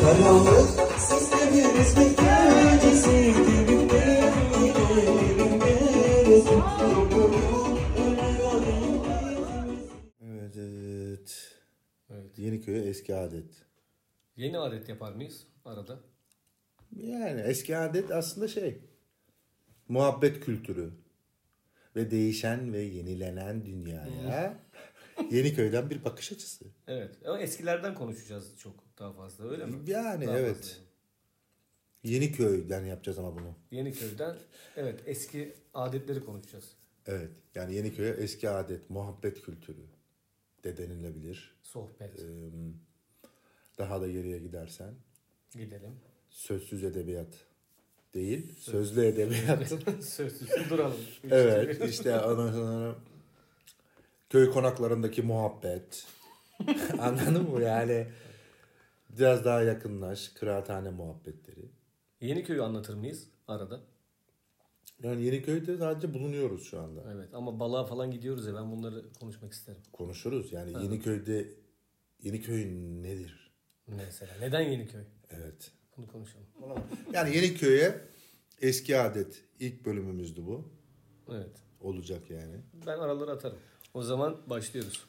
Evet. Yeniköy'e eski adet. Yeni adet yapar mıyız arada? Yani eski adet aslında muhabbet kültürü ve değişen ve yenilenen dünyaya Yeniköy'den bir bakış açısı. Evet. Ama eskilerden konuşacağız çok daha fazla, öyle mi? Yani daha evet. Fazla. Yeniköy'den yapacağız ama bunu. Yeniköy'den evet eski adetleri konuşacağız. Evet. Yani Yeniköy'e eski adet, muhabbet kültürü de denilebilir. Sohbet. Daha da geriye gidersen. Gidelim. Sözsüz edebiyat değil, sözlü edebiyat. Sözsüz duralım. Evet, işte ondan sonra köy konaklarındaki muhabbet. Anladın mı? Yani biraz daha yakınlaş, kıraathane muhabbetleri. Yeniköy'ü anlatır mıyız arada? Yani Yeniköy'de sadece bulunuyoruz şu anda. Evet ama balığa falan gidiyoruz ya, ben bunları konuşmak isterim. Konuşuruz. Yani evet. Yeniköy nedir? Mesela neden Yeniköy? Evet. Bunu konuşalım. Yani Yeniköy'e eski adet ilk bölümümüzdü bu. Evet. Olacak yani. Ben araları atarım. O zaman başlıyoruz.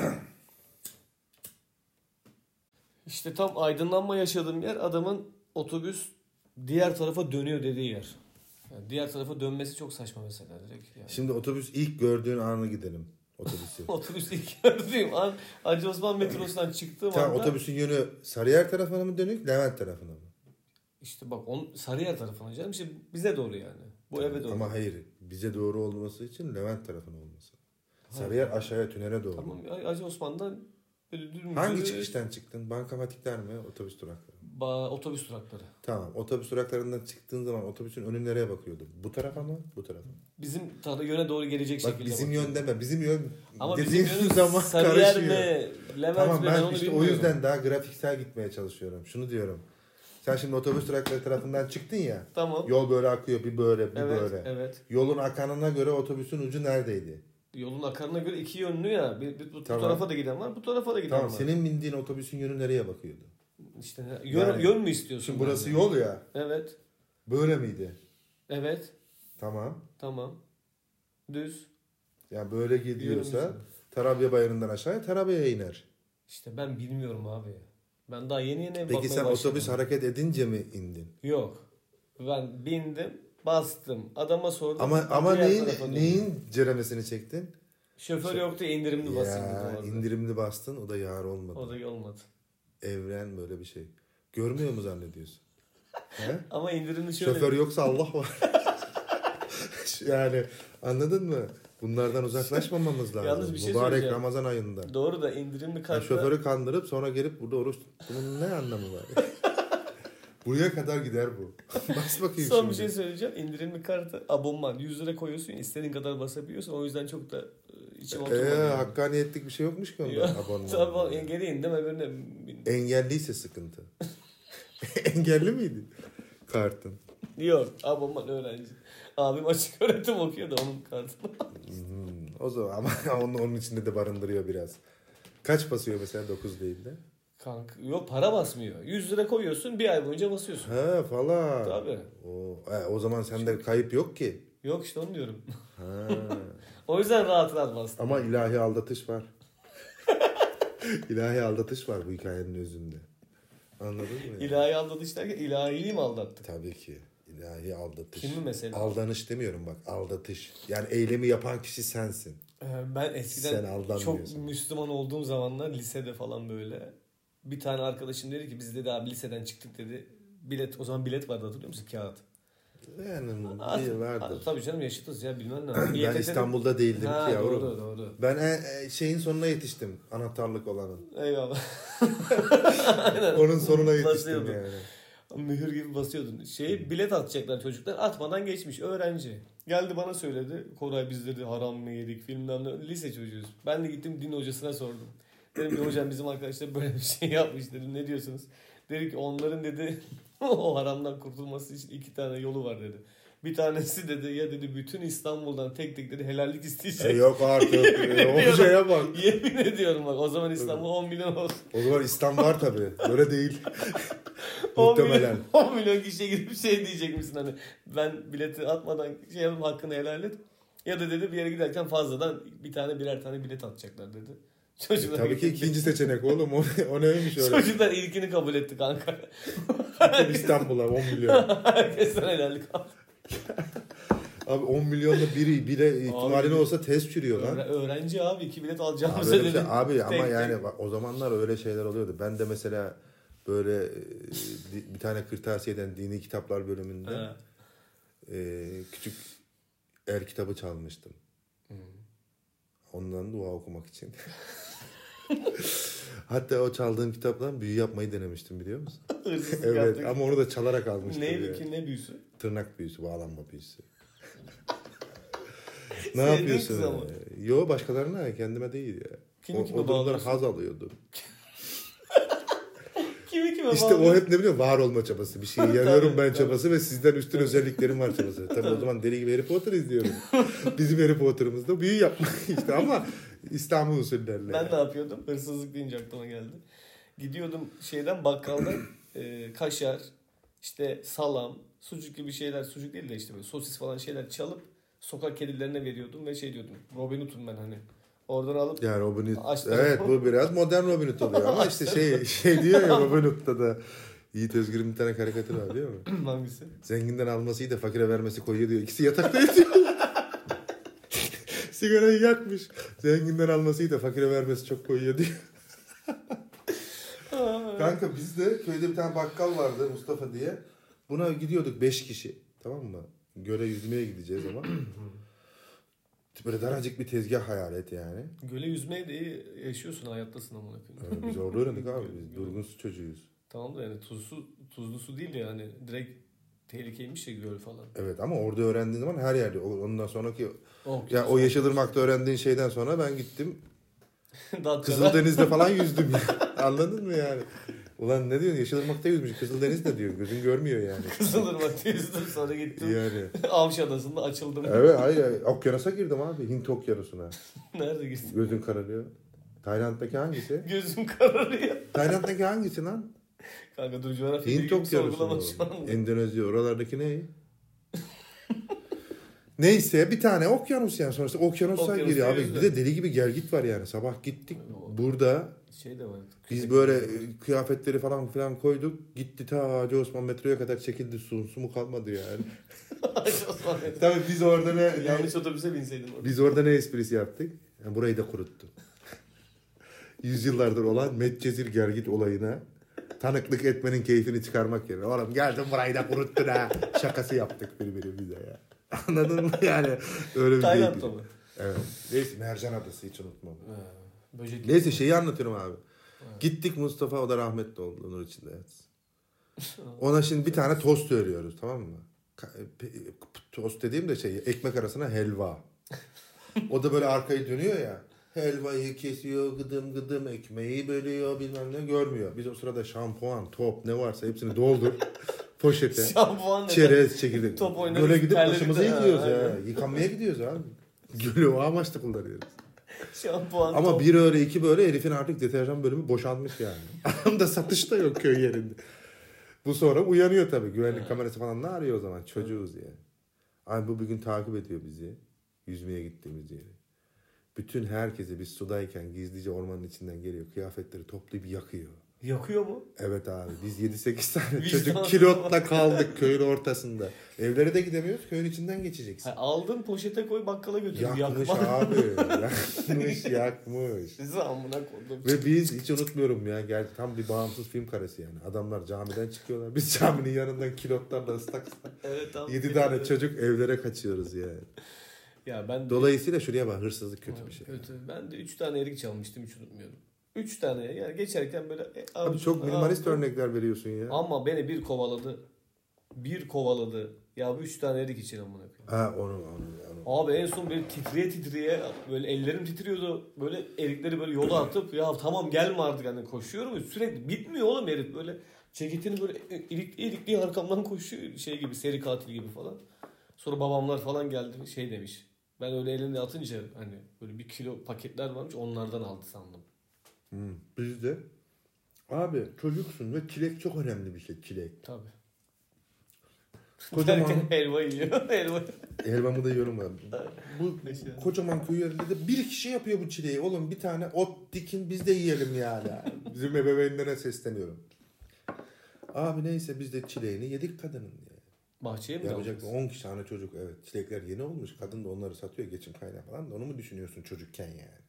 İşte tam aydınlanma yaşadığım yer, adamın otobüs diğer tarafa dönüyor dediği yer. Yani diğer tarafa dönmesi çok saçma mesela direkt. Yani. Şimdi otobüs ilk gördüğün anı gidelim. Otobüsü. Otobüs ilk gördüğüm an Hacı Osman metrosundan çıktığım anda. Otobüsün yönü Sarıyer tarafına mı dönük, Levent tarafına mı? İşte bak Sarıyer tarafına canım. İşte bize doğru yani. Bu eve doğru. Ama hayır. Bize doğru olması için Levent tarafına olması. Sarıyer aşağıya tünele doğru. Tamam, Hacı Osman'dan hangi çıkıştan çıktın? Bankamatikler mi? Otobüs durakları. Otobüs durakları. Tamam. Otobüs duraklarından çıktığın zaman otobüsün önü nereye bakıyordu? Bu tarafa mı? Bu tarafa mı? Bizim yöne doğru gelecek bak, şekilde bizim bakıyor. yön deme. Bizim yön ama dediğin bizim zaman Sarıyer karışıyor. mi? Levent tamam mi? ben işte o yüzden daha grafiksel gitmeye çalışıyorum. Şunu diyorum. Sen şimdi otobüs durakları tarafından çıktın ya. Tamam. Yol böyle akıyor, bir böyle, bir evet, böyle. Evet. Yolun akanına göre otobüsün ucu neredeydi? Yolun akarına göre iki yönlü ya. Bu tamam. tarafa da giden var, bu tarafa da giden tamam, var. Senin bindiğin otobüsün yönü nereye bakıyordu? İşte yön mü istiyorsun? Şimdi burası yol ya. Evet. Böyle miydi? Evet. Tamam. Düz. Yani böyle gidiyorsa Tarabya Bayırı'ndan aşağıya Tarabya'ya iner. İşte ben bilmiyorum abi. Ben daha yeni bakmaya başladım. Peki sen otobüs hareket edince mi indin? Yok. Ben bindim, bastım. Adama sordum. Ama neyin ceremesini çektin? Şoför yoktu, indirimli bastım. İndirimli bastın, o da yar olmadı. O da olmadı. Evren böyle bir şey. Görmüyor mu zannediyorsun? He? Ama indirimli şöyle. Şoför yoksa Allah var. Yani anladın mı? Bunlardan uzaklaşmamamız lazım. Yalnız bir şey Mübarek Ramazan ayında. Doğru da indirimli kartla. Şoförü kandırıp sonra gelip burada oruç. Bunun ne anlamı var? Buraya kadar gider bu. Bas bakayım Son şimdi. bir şey söyleyeceğim. İndirimli kartı abonman. 100 lira koyuyorsun. İstediğin kadar basabiliyorsun. O yüzden çok da içim oturmadı. Hakkaniyetlik bir şey yokmuş ki onda abonman. Tabii geri indim öbürüne. Engelliyse sıkıntı. Engelli miydi kartın? Yok. Abonman öğrenci. Abim açık öğretim okuyor da onun kartını. O zaman ama onun içinde de barındırıyor biraz. Kaç basıyor mesela 9 değil de? Kanka yok, para basmıyor. 100 lira koyuyorsun, bir ay boyunca basıyorsun. He falan. Tabii. O zaman sende kayıp yok ki. Yok işte onu diyorum. Ha. O yüzden rahat bastım. Ama ilahi aldatış var. İlahi aldatış var bu hikayenin özünde. Anladın mı? İlahi aldatış derken ilahiliği mi aldattık? Tabii ki. İlahi aldatış. Kimi mesela? Aldanış demiyorum bak, aldatış. Yani eylemi yapan kişi sensin. Ben eskiden Sen çok Müslüman olduğum zamanlar lisede falan böyle. Bir tane arkadaşım dedi ki biz dedi abi liseden çıktık dedi. O zaman bilet vardı, hatırlıyor musun, kağıt? Yani vardır. Tabii canım, yaşıtız ya, bilmem ne. Ben İstanbul'da değildim ki yavrum. Doğru. Ben şeyin sonuna yetiştim. Anahtarlık olanın. Eyvallah. Onun sonuna yetiştim yani. Mühür gibi basıyordun. Bilet atacaklar çocuklar. Atmadan geçmiş öğrenci. Geldi bana söyledi. Koray biz dedi haram mı yedik filmden de. Lise çocuğuyuz. Ben de gittim din hocasına sordum. Dedim ki hocam bizim arkadaşlar böyle bir şey yapmış dedim. Ne diyorsunuz? Dedi ki onların dedi o haramdan kurtulması için 2 tane yolu var dedi. Bir tanesi dedi ya dedi bütün İstanbul'dan tek tek dedi helallik isteyecek. Yok artık. O şeye bak. Yemin ediyorum bak o zaman İstanbul 10 milyon olsun. O zaman İstanbul var tabii. Böyle değil. 10 Muhtemelen. milyon kişiye gidip şey diyecek misin hani ben bileti atmadan şey yapayım hakkını helal et. Ya da dedi bir yere giderken fazladan birer tane bilet atacaklar dedi. Çocuklar Tabii ki ikinci seçenek oğlum. O neymiş öyle? Çocuklar ilkini kabul etti kanka. İstanbul'a 10 milyon. Herkesten helallik aldı. Abi 10 milyonda bire ihtimalin Abi, olsa test çürüyor lan. Öğrenci abi 2 bilet alacağım Abi, dedi. abi ama Tek yani tek. bak, o zamanlar öyle şeyler oluyordu. Ben de mesela böyle bir tane kırtasiyeden dini kitaplar bölümünde küçük el kitabı çalmıştım. Ondan dua okumak için. Hatta o çaldığım kitaptan büyü yapmayı denemiştim biliyor musun? Hırsızlık Evet yaptık. ama onu da çalarak almıştım. Neydi yani. ki ne büyüsü? Tırnak büyüsü, bağlanma büyüsü. Ne Sevdiğin yapıyorsun? kız ama. Yo başkalarına kendime değil ya. Kimi O durumdan bağlıyorsun? haz alıyordum. Kimi İşte o hep ne biliyor var olma çabası. Bir şey yarıyorum ben Tabii. çabası ve sizden üstün özelliklerim var çabası. Tabii o zaman deli gibi Harry Potter izliyorum. Bizim Harry Potter'ımızda büyü yapmak işte ama İslami usullerle. Ben ne yapıyordum? Hırsızlık deyince aklıma geldi. Gidiyordum şeyden bakkaldan kaşar, işte salam, sucuk gibi şeyler, sucuk değil de işte böyle sosis falan şeyler çalıp sokak kedilerine veriyordum ve şey diyordum. Robin Hood'um ben hani. Oradan alıp Yani Robin Hood. Açtım. Evet bu biraz modern Robin Hood oluyor ama işte şey diyor ya Robin Hood'da da Yiğit Özgür'ün bir tane karikatürü var biliyor musun? hangisi? Zenginden alması iyi de fakire vermesi koyuyor diyor. İkisi yatakta yatıyor. Sigarayı yakmış. Zenginden alması iyi de fakire vermesi çok koyuyor diyor. Kanka bizde köyde bir tane bakkal vardı Mustafa diye. Buna gidiyorduk 5 kişi. Tamam mı? Göle yüzmeye gideceğiz ama. Böyle daracık bir tezgah hayal et yani. Göle yüzmeyi de iyi yaşıyorsun hayattasın amına koyayım. Biz orada öğrendik abi. Biz durgun su çocuğuyuz. Tamam da yani tuzlu su değil ya hani direkt tehlikeymiş ya göl falan. Evet ama orada öğrendiğin zaman her yerde. Ondan sonraki Oh, ya o Yaşadırmak'ta öğrendiğin şeyden sonra ben gittim Datça'da. Kızıldeniz'de falan yüzdüm ya. Anladın mı yani? Ulan ne diyorsun? Yaşadırmak'ta yüzmüş. Kızıldeniz ne diyor? Gözün görmüyor yani. Kızılırmak'ta yüzdüm sonra gittim. Yani. Avş Adası'nda açıldım. Evet hayır. Okyanusa girdim abi. Hint okyanusuna. Nerede gittin? Gözün kararıyor. Tayland'daki hangisi? Gözüm kararıyor. Tayland'daki hangisi lan? Kanka dur coğrafya Hint bilgimi okyanusu sorgulama mu? şu an. Endonezya oralardaki ne? Neyse bir tane okyanus yani sonrası okyanusa Okyanusta giriyor abi. yüzdü. Bir de deli gibi gelgit var yani. Sabah gittik burada Şey de var. biz böyle kıyafetleri falan filan koyduk. Gitti ta Hacı Osman metroya kadar çekildi su mu kalmadı yani. Tabii biz orada Yanlış otobüse binseydin orada. biz orada ne esprisi yaptık? Yani burayı da kuruttu. Yüzyıllardır olan Medcezir Gergit olayına tanıklık etmenin keyfini çıkarmak yerine. Oğlum geldim burayı da kuruttun ha. Şakası yaptık birbirimize ya. Anladın mı yani? Öyle bir Tayland'da mı? Evet. Neyse Mercan Adası hiç unutmam. Böcek. Neyse şeyi anlatıyorum abi. Gittik Mustafa o da rahmetli oldu. Nur içinde yatsın. Ona şimdi bir tane tost veriyoruz tamam mı? Tost dediğim de ekmek arasına helva. O da böyle arkayı dönüyor ya. Helvayı kesiyor gıdım gıdım ekmeği bölüyor bilmem ne görmüyor. Biz o sırada şampuan, top ne varsa hepsini doldur poşete. Şampuan ne? Çerez çekirdeği. Top oynarız, Göle gidip terledik başımızı de, yıkıyoruz ha, ya. aynen. Yıkanmaya gidiyoruz abi. Gölü o amaçla kullanıyoruz. Şampuan. Ama top. bir öyle iki böyle herifin artık deterjan bölümü boşalmış yani. Adam da satışta yok köy yerinde. Bu sonra uyanıyor tabii. Güvenlik kamerası falan ne arıyor o zaman? Çocuğuz yani. Ay bu bugün takip ediyor bizi. Yüzmeye gittiğimiz yeri. Bütün herkesi biz sudayken gizlice ormanın içinden geliyor. Kıyafetleri toplayıp yakıyor. Yakıyor mu? Evet abi biz 7-8 tane Vicdan çocuk kilotla kaldık köyün ortasında. Evlere de gidemiyoruz köyün içinden geçeceksin. Ha, aldın poşete koy bakkala götür. Yakmış Yakma. abi. Yakmış. Sizi amına koydum. Ve biz hiç unutmuyorum ya. Gel tam bir bağımsız film karesi yani. Adamlar camiden çıkıyorlar. Biz caminin yanından kilotlarla ıslak ıslak. Evet, tamam. 7 tane çocuk evlere kaçıyoruz yani. Ya ben de, Dolayısıyla şuraya bak hırsızlık kötü bir şey. Kötü. Ben de 3 tane erik çalmıştım hiç unutmuyorum. 3 tane yani geçerken böyle Abi çok minimalist örnekler veriyorsun ya. Ama beni bir kovaladı. Bir kovaladı. Ya bu 3 tane erik için amına koyayım. Ha onu. Abi en son böyle titreye böyle ellerim titriyordu. Böyle erikleri böyle yola atıp ya tamam gelme artık hani koşuyorum ya sürekli bitmiyor oğlum erik böyle ceketini böyle ilikli arkamdan koşuyor şey gibi seri katil gibi falan. Sonra babamlar falan geldi şey demiş. Ben öyle elini atınca hani böyle 1 kilo paketler varmış onlardan aldı sandım. Bizde abi çocuksun ve çilek çok önemli bir şey, çilek. Tabii. Kocaman Derken helva yiyor. Helva. helvamı da yiyorum ben. Bu kocaman köy yerinde de bir kişi yapıyor bu çileği. Oğlum bir tane ot dikin biz de yiyelim yani. Bizim ebeveynlere sesleniyorum. Abi neyse biz de çileğini yedik kadının yani. Bahçeye mi Yapacak aldınız? 10 kişi tane çocuk, evet. Çilekler yeni olmuş. Kadın da onları satıyor geçim kaynağı falan da onu mu düşünüyorsun çocukken yani?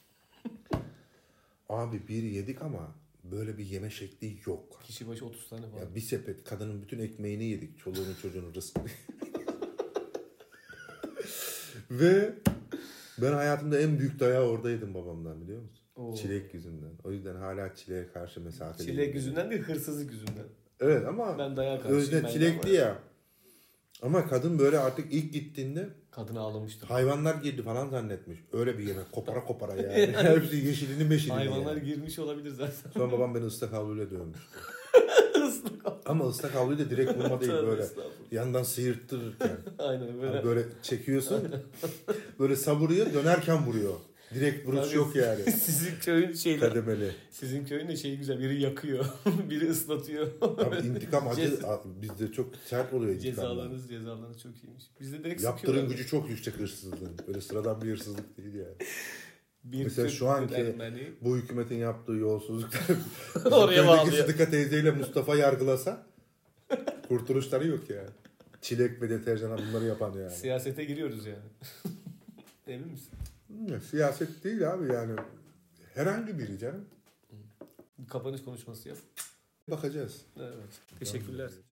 Abi bir yedik ama böyle bir yeme şekli yok. Kişi başı 30 tane var. Ya bir sepet kadının bütün ekmeğini yedik. Çoluğunun çocuğunun rızkını. Ve ben hayatımda en büyük dayağı orada yedim babamdan, biliyor musun? Oo. Çilek yüzünden. O yüzden hala çileğe karşı mesafeliyim. Çilek yüzünden değil hırsızlık yüzünden. Evet ama Ben dayağa karşıyım. özne çilekti ya. Ama kadın böyle artık ilk gittiğinde Kadın ağlamıştı. hayvanlar girdi falan zannetmiş. Öyle bir yemek kopara kopara yani. Hepsi yeşilini meşilini Hayvanlar yani. girmiş olabilir zaten. Sonra babam beni ıslak havluyla dövmüş. Islak. Ama ıslak havluyu da direkt vurma değil, Tövbe böyle estağfurullah. yandan sıyırttırırken. Aynen böyle. Hani böyle çekiyorsun. Böyle savuruyor, dönerken vuruyor. Direkt vuruş Tabii. yok yani. Sizin köyün şeyler. Kademeli. Sizin köyün de şey güzel. Biri yakıyor. Biri ıslatıyor. Abi intikam acı bizde çok sert oluyor intikamlar. Cezalarınız çok iyiymiş. Bizde direkt Yaptırım sıkıyorlar. gücü çok yüksek hırsızlığın. Böyle sıradan bir hırsızlık değil yani. Bir Mesela Türk şu anki Ermeni. bu hükümetin yaptığı yolsuzluklar Oraya köydeki bağlıyor. Sıdıka teyzeyle Mustafa yargılasa kurtuluşları yok yani. Çilek ve deterjana bunları yapan yani. Siyasete giriyoruz yani. Emin misin? Siyaset değil abi yani. Herhangi biri canım. Kapanış konuşması yap. Bakacağız. Evet. Teşekkürler.